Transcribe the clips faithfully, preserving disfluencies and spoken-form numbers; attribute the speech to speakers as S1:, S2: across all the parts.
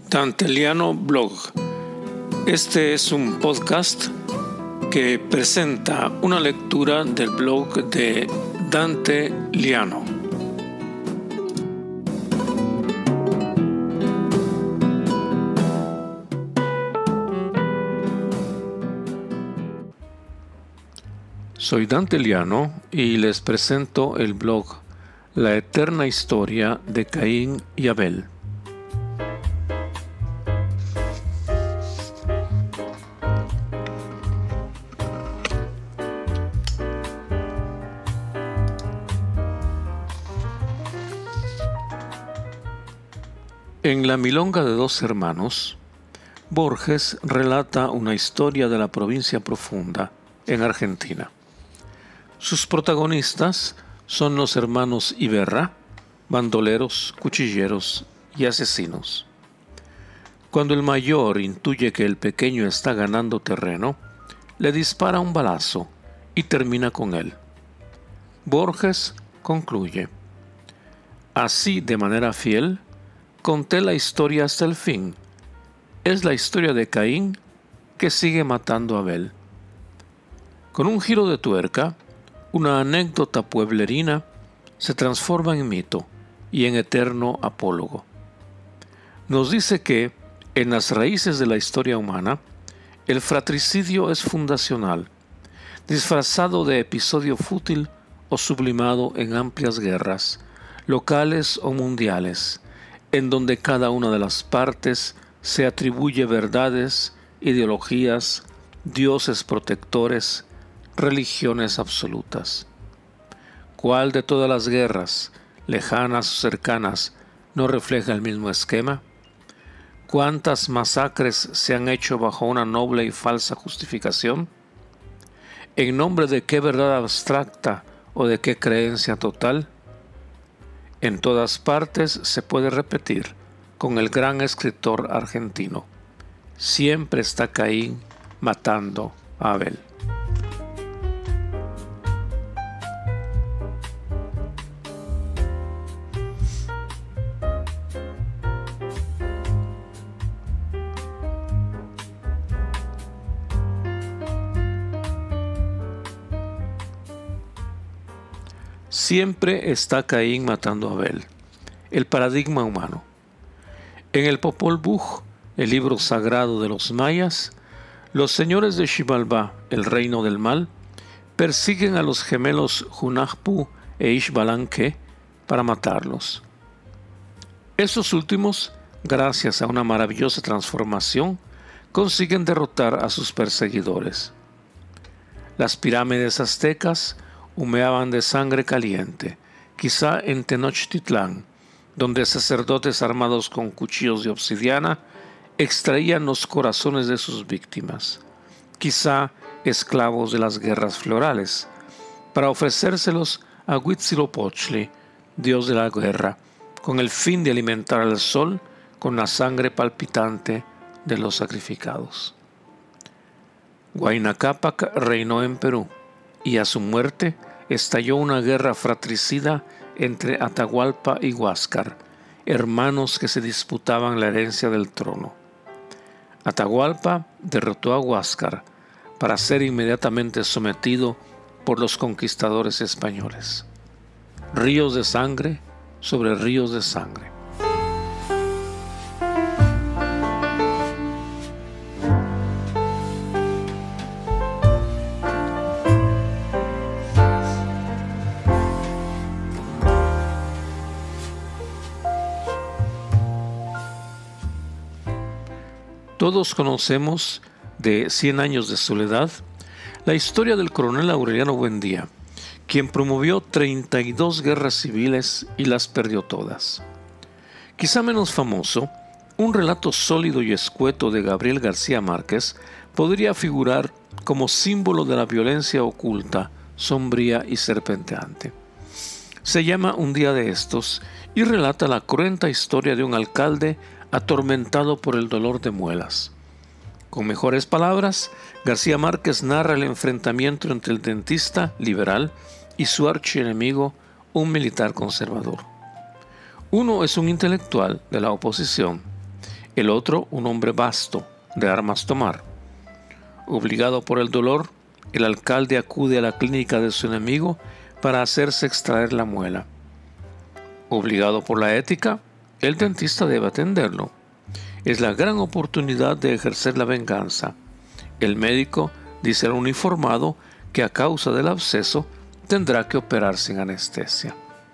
S1: Danteliano Blog. Este es un podcast que presenta una lectura del blog de Dante Liano. Soy Dante Liano y les presento el blog La eterna historia de Caín y Abel. En La milonga de dos hermanos, Borges relata una historia de la provincia profunda en Argentina. Sus protagonistas son los hermanos Iberra, bandoleros, cuchilleros y asesinos. Cuando el mayor intuye que el pequeño está ganando terreno, le dispara un balazo y termina con él. Borges concluye: así, de manera fiel, conté la historia hasta el fin. Es la historia de Caín que sigue matando a Abel. Con un giro de tuerca, una anécdota pueblerina se transforma en mito y en eterno apólogo. Nos dice que, en las raíces de la historia humana, el fratricidio es fundacional, disfrazado de episodio fútil o sublimado en amplias guerras, locales o mundiales, en donde cada una de las partes se atribuye verdades, ideologías, dioses protectores, religiones absolutas. ¿Cuál de todas las guerras, lejanas o cercanas, no refleja el mismo esquema? ¿Cuántas masacres se han hecho bajo una noble y falsa justificación? ¿En nombre de qué verdad abstracta o de qué creencia total? En todas partes se puede repetir con el gran escritor argentino: siempre está Caín matando a Abel. Siempre está Caín matando a Abel, el paradigma humano. En el Popol Vuh, el libro sagrado de los mayas, los señores de Xibalbá, el reino del mal, persiguen a los gemelos Hunahpu e Ixbalanque para matarlos. Esos últimos, gracias a una maravillosa transformación, consiguen derrotar a sus perseguidores. Las pirámides aztecas humeaban de sangre caliente, quizá en Tenochtitlán, donde sacerdotes armados con cuchillos de obsidiana extraían los corazones de sus víctimas, quizá esclavos de las guerras florales, para ofrecérselos a Huitzilopochtli, dios de la guerra, con el fin de alimentar al sol con la sangre palpitante de los sacrificados. Huayna Cápac reinó en Perú, y a su muerte estalló una guerra fratricida entre Atahualpa y Huáscar, hermanos que se disputaban la herencia del trono. Atahualpa derrotó a Huáscar para ser inmediatamente sometido por los conquistadores españoles. Ríos de sangre sobre ríos de sangre. Todos conocemos de Cien años de soledad la historia del coronel Aureliano Buendía, quien promovió treinta y dos guerras civiles y las perdió todas. Quizá menos famoso, un relato sólido y escueto de Gabriel García Márquez podría figurar como símbolo de la violencia oculta, sombría y serpenteante. Se llama Un día de estos y relata la cruenta historia de un alcalde atormentado por el dolor de muelas. Con mejores palabras, García Márquez narra el enfrentamiento entre el dentista liberal y su archienemigo, un militar conservador. Uno es un intelectual de la oposición, el otro un hombre vasto, de armas tomar. Obligado por el dolor, el alcalde acude a la clínica de su enemigo para hacerse extraer la muela. Obligado por la ética, el dentista debe atenderlo. Es la gran oportunidad de ejercer la venganza. El médico dice al uniformado que a causa del absceso tendrá que operar sin anestesia.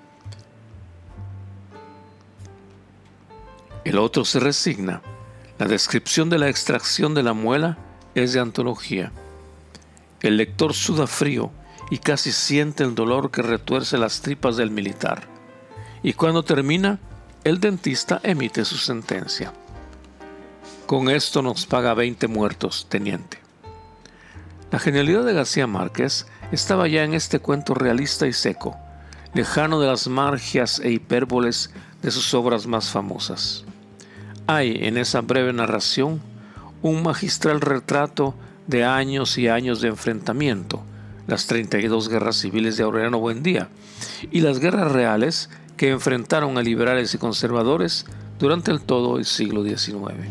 S1: El otro se resigna. La descripción de la extracción de la muela es de antología. El lector suda frío y casi siente el dolor que retuerce las tripas del militar. Y cuando termina, el dentista emite su sentencia. Con esto nos paga veinte muertos, teniente. La genialidad de García Márquez estaba ya en este cuento realista y seco, lejano de las margias e hipérboles de sus obras más famosas. Hay en esa breve narración un magistral retrato de años y años de enfrentamiento, las treinta y dos guerras civiles de Aureliano Buendía y las guerras reales que enfrentaron a liberales y conservadores durante el todo el siglo diecinueve.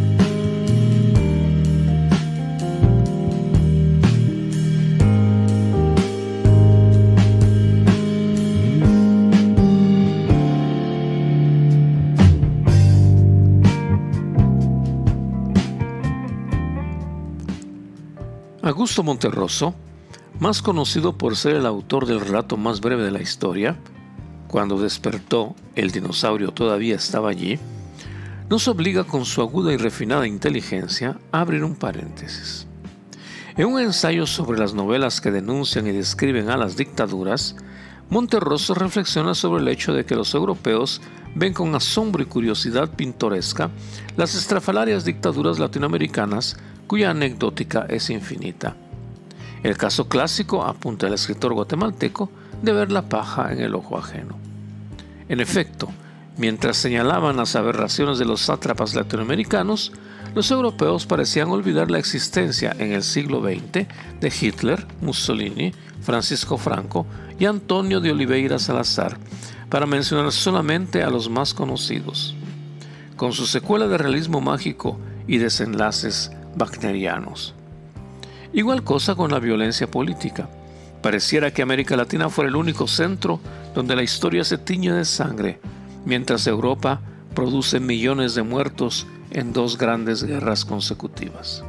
S1: Augusto Monterroso, más conocido por ser el autor del relato más breve de la historia, Cuando despertó, el dinosaurio todavía estaba allí, nos obliga con su aguda y refinada inteligencia a abrir un paréntesis. En un ensayo sobre las novelas que denuncian y describen a las dictaduras, Monterroso reflexiona sobre el hecho de que los europeos ven con asombro y curiosidad pintoresca las estrafalarias dictaduras latinoamericanas cuya anecdótica es infinita. El caso clásico, apunta el escritor guatemalteco, de ver la paja en el ojo ajeno. En efecto, mientras señalaban las aberraciones de los sátrapas latinoamericanos, los europeos parecían olvidar la existencia en el siglo veinte de Hitler, Mussolini, Francisco Franco y Antonio de Oliveira Salazar, para mencionar solamente a los más conocidos, con su secuela de realismo mágico y desenlaces wagnerianos. Igual cosa con la violencia política. Pareciera que América Latina fuera el único centro donde la historia se tiñe de sangre, mientras Europa produce millones de muertos en dos grandes guerras consecutivas.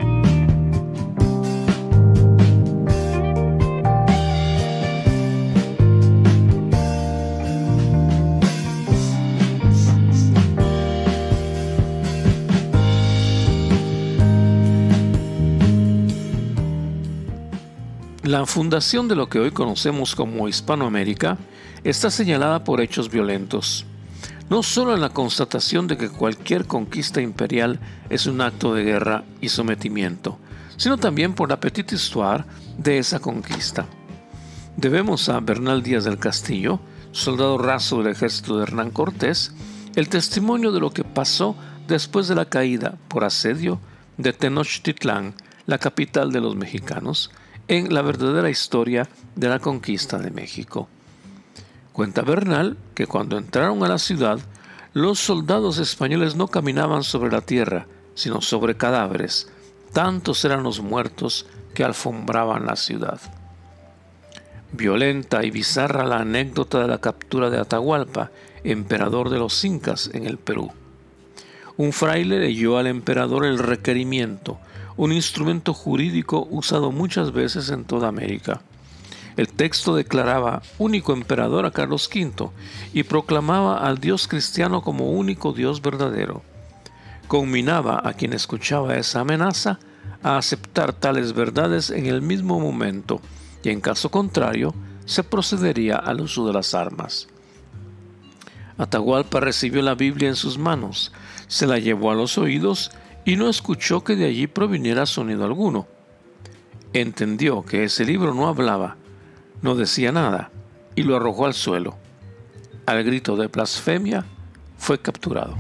S1: La fundación de lo que hoy conocemos como Hispanoamérica está señalada por hechos violentos, no solo en la constatación de que cualquier conquista imperial es un acto de guerra y sometimiento, sino también por la petite histoire de esa conquista. Debemos a Bernal Díaz del Castillo, soldado raso del ejército de Hernán Cortés, el testimonio de lo que pasó después de la caída por asedio de Tenochtitlán, la capital de los mexicanos, en la verdadera historia de la conquista de México. Cuenta Bernal que cuando entraron a la ciudad, los soldados españoles no caminaban sobre la tierra, sino sobre cadáveres. Tantos eran los muertos que alfombraban la ciudad. Violenta y bizarra la anécdota de la captura de Atahualpa, emperador de los incas en el Perú. Un fraile leyó al emperador el requerimiento, un instrumento jurídico usado muchas veces en toda América. El texto declaraba único emperador a Carlos quinto y proclamaba al Dios cristiano como único Dios verdadero. Conminaba a quien escuchaba esa amenaza a aceptar tales verdades en el mismo momento y en caso contrario se procedería al uso de las armas. Atahualpa recibió la Biblia en sus manos, se la llevó a los oídos y no escuchó que de allí proviniera sonido alguno. Entendió que ese libro no hablaba, no decía nada, y lo arrojó al suelo. Al grito de blasfemia, fue capturado.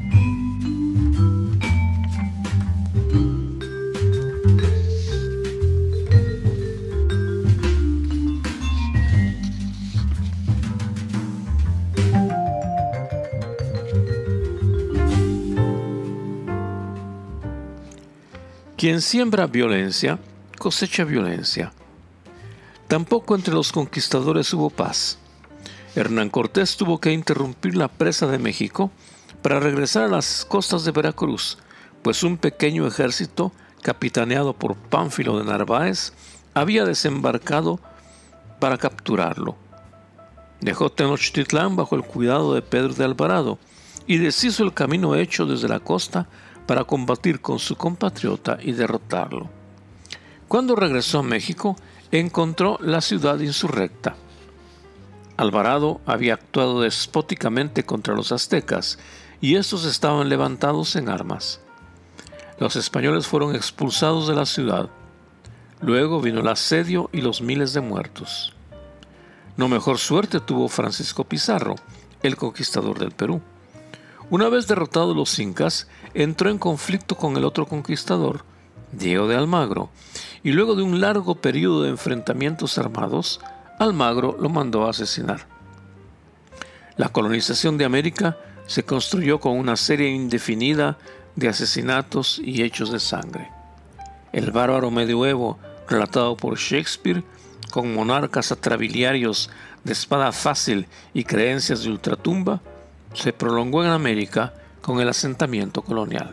S1: Quien siembra violencia, cosecha violencia. Tampoco entre los conquistadores hubo paz. Hernán Cortés tuvo que interrumpir la presa de México para regresar a las costas de Veracruz, pues un pequeño ejército, capitaneado por Pánfilo de Narváez, había desembarcado para capturarlo. Dejó Tenochtitlán bajo el cuidado de Pedro de Alvarado y deshizo el camino hecho desde la costa para combatir con su compatriota y derrotarlo. Cuando regresó a México, encontró la ciudad insurrecta. Alvarado había actuado despóticamente contra los aztecas y estos estaban levantados en armas. Los españoles fueron expulsados de la ciudad. Luego vino el asedio y los miles de muertos. No mejor suerte tuvo Francisco Pizarro, el conquistador del Perú. Una vez derrotados los incas, entró en conflicto con el otro conquistador, Diego de Almagro, y luego de un largo periodo de enfrentamientos armados, Almagro lo mandó a asesinar. La colonización de América se construyó con una serie indefinida de asesinatos y hechos de sangre. El bárbaro medioevo relatado por Shakespeare, con monarcas atrabiliarios de espada fácil y creencias de ultratumba, se prolongó en América con el asentamiento colonial.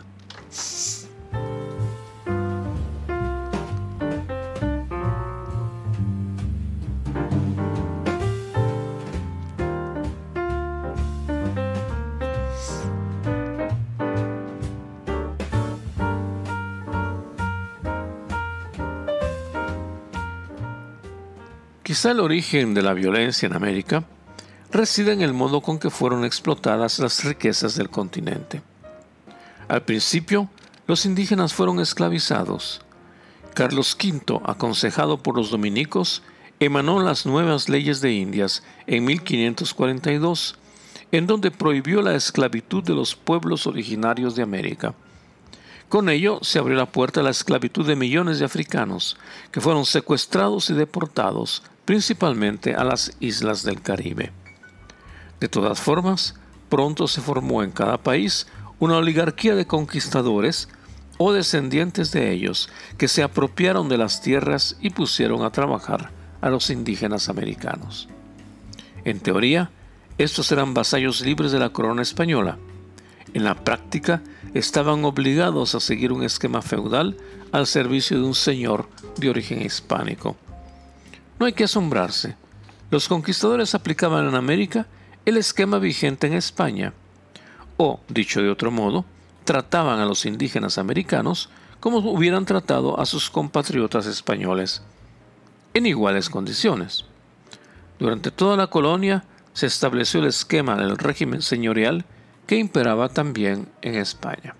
S1: Quizá el origen de la violencia en América reside en el modo con que fueron explotadas las riquezas del continente. Al principio, los indígenas fueron esclavizados. Carlos quinto, aconsejado por los dominicos, emanó las nuevas leyes de Indias en mil quinientos cuarenta y dos, en donde prohibió la esclavitud de los pueblos originarios de América. Con ello se abrió la puerta a la esclavitud de millones de africanos, que fueron secuestrados y deportados principalmente a las islas del Caribe. De todas formas, pronto se formó en cada país una oligarquía de conquistadores o descendientes de ellos que se apropiaron de las tierras y pusieron a trabajar a los indígenas americanos. En teoría, estos eran vasallos libres de la corona española. En la práctica, estaban obligados a seguir un esquema feudal al servicio de un señor de origen hispánico. No hay que asombrarse. Los conquistadores aplicaban en América el esquema vigente en España. O, dicho de otro modo, trataban a los indígenas americanos como hubieran tratado a sus compatriotas españoles, en iguales condiciones. Durante toda la colonia se estableció el esquema del régimen señorial que imperaba también en España.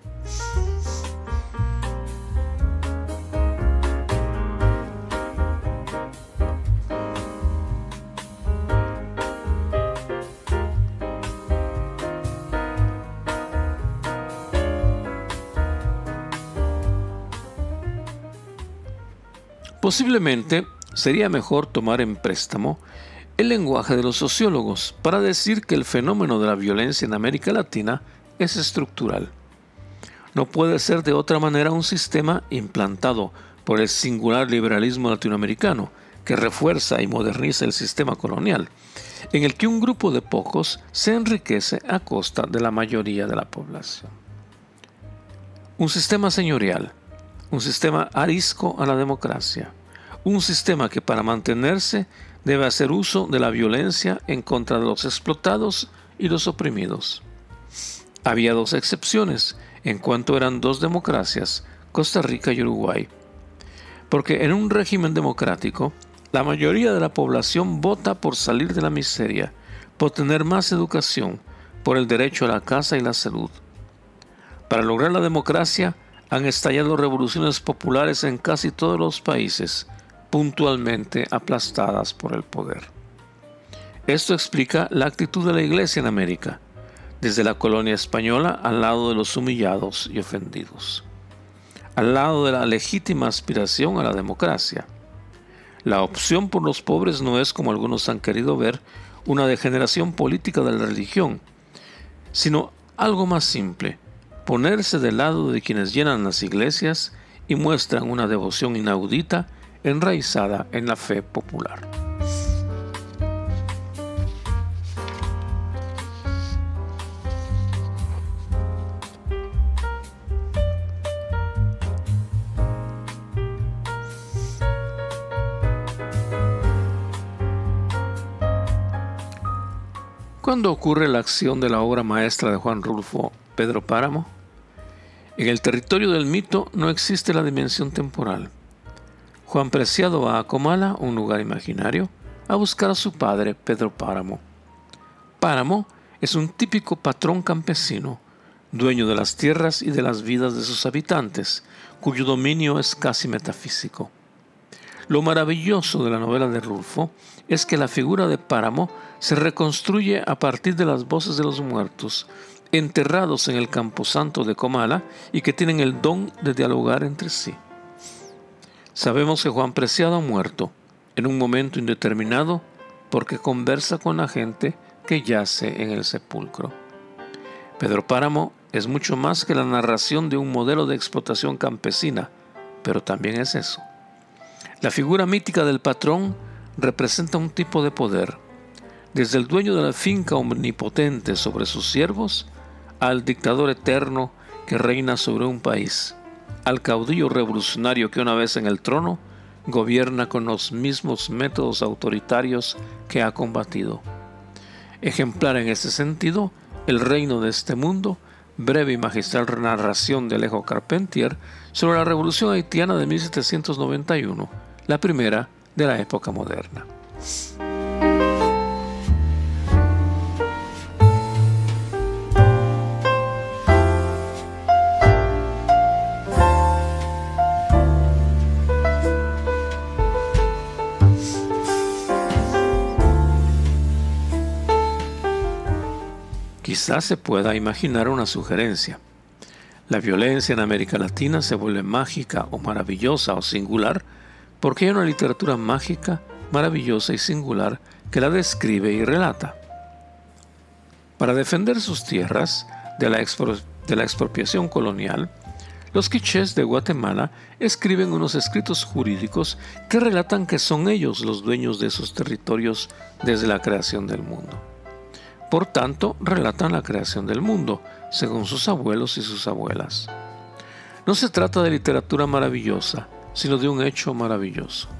S1: Posiblemente sería mejor tomar en préstamo el lenguaje de los sociólogos para decir que el fenómeno de la violencia en América Latina es estructural. No puede ser de otra manera un sistema implantado por el singular liberalismo latinoamericano que refuerza y moderniza el sistema colonial, en el que un grupo de pocos se enriquece a costa de la mayoría de la población. Un sistema señorial, un sistema arisco a la democracia, un sistema que para mantenerse debe hacer uso de la violencia en contra de los explotados y los oprimidos. Había dos excepciones en cuanto eran dos democracias, Costa Rica y Uruguay, porque en un régimen democrático la mayoría de la población vota por salir de la miseria, por tener más educación, por el derecho a la casa y la salud. Para lograr la democracia han estallado revoluciones populares en casi todos los países, puntualmente aplastadas por el poder. Esto explica la actitud de la Iglesia en América, desde la colonia española al lado de los humillados y ofendidos, al lado de la legítima aspiración a la democracia. La opción por los pobres no es, como algunos han querido ver, una degeneración política de la religión, sino algo más simple: ponerse del lado de quienes llenan las iglesias y muestran una devoción inaudita enraizada en la fe popular. ¿Cuándo ocurre la acción de la obra maestra de Juan Rulfo, Pedro Páramo? En el territorio del mito no existe la dimensión temporal. Juan Preciado va a Comala, un lugar imaginario, a buscar a su padre, Pedro Páramo. Páramo es un típico patrón campesino, dueño de las tierras y de las vidas de sus habitantes, cuyo dominio es casi metafísico. Lo maravilloso de la novela de Rulfo es que la figura de Páramo se reconstruye a partir de las voces de los muertos, enterrados en el camposanto de Comala y que tienen el don de dialogar entre sí. Sabemos que Juan Preciado ha muerto en un momento indeterminado porque conversa con la gente que yace en el sepulcro. Pedro Páramo es mucho más que la narración de un modelo de explotación campesina, pero también es eso. La figura mítica del patrón representa un tipo de poder, desde el dueño de la finca omnipotente sobre sus siervos, al dictador eterno que reina sobre un país, al caudillo revolucionario que una vez en el trono gobierna con los mismos métodos autoritarios que ha combatido. Ejemplar en ese sentido, El reino de este mundo, breve y magistral narración de Alejo Carpentier sobre la Revolución Haitiana de mil setecientos noventa y uno, la primera de la época moderna. Quizás se pueda imaginar una sugerencia. La violencia en América Latina se vuelve mágica o maravillosa o singular porque hay una literatura mágica, maravillosa y singular que la describe y relata. Para defender sus tierras de la, expro- de la expropiación colonial, los quichés de Guatemala escriben unos escritos jurídicos que relatan que son ellos los dueños de esos territorios desde la creación del mundo. Por tanto, relatan la creación del mundo, según sus abuelos y sus abuelas. No se trata de literatura maravillosa, sino de un hecho maravilloso.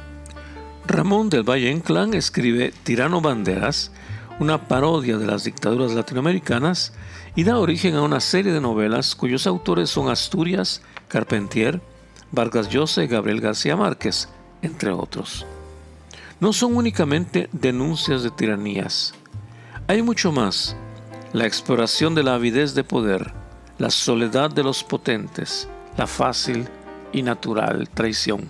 S1: Ramón del Valle Inclán escribe Tirano Banderas, una parodia de las dictaduras latinoamericanas, y da origen a una serie de novelas cuyos autores son Asturias, Carpentier, Vargas Llosa y Gabriel García Márquez, entre otros. No son únicamente denuncias de tiranías. Hay mucho más: la exploración de la avidez de poder, la soledad de los potentes, la fácil y natural traición.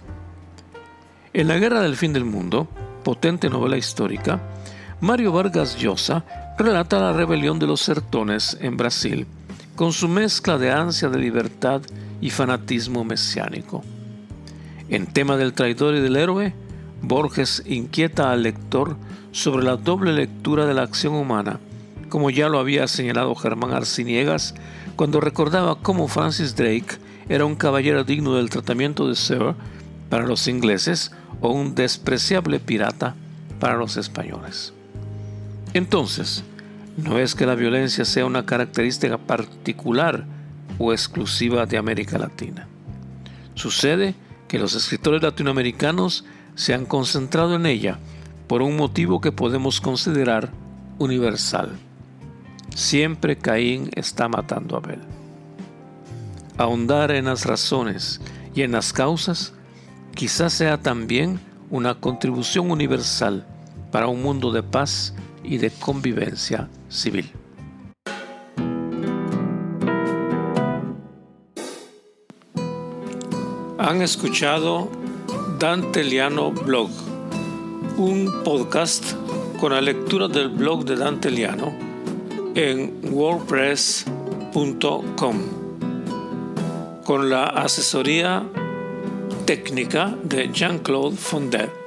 S1: En La Guerra del Fin del Mundo, potente novela histórica, Mario Vargas Llosa relata la rebelión de los sertones en Brasil, con su mezcla de ansia de libertad y fanatismo mesiánico. En Tema del traidor y del héroe, Borges inquieta al lector sobre la doble lectura de la acción humana, como ya lo había señalado Germán Arciniegas cuando recordaba cómo Francis Drake era un caballero digno del tratamiento de Sir para los ingleses o un despreciable pirata para los españoles. Entonces, no es que la violencia sea una característica particular o exclusiva de América Latina. Sucede que los escritores latinoamericanos se han concentrado en ella por un motivo que podemos considerar universal. Siempre Caín está matando a Abel. Ahondar en las razones y en las causas quizás sea también una contribución universal para un mundo de paz y de convivencia civil. Han escuchado Dante Liano Blog, un podcast con la lectura del blog de Dante Liano en wordpress punto com, con la asesoría técnica de Jean-Claude Fondet.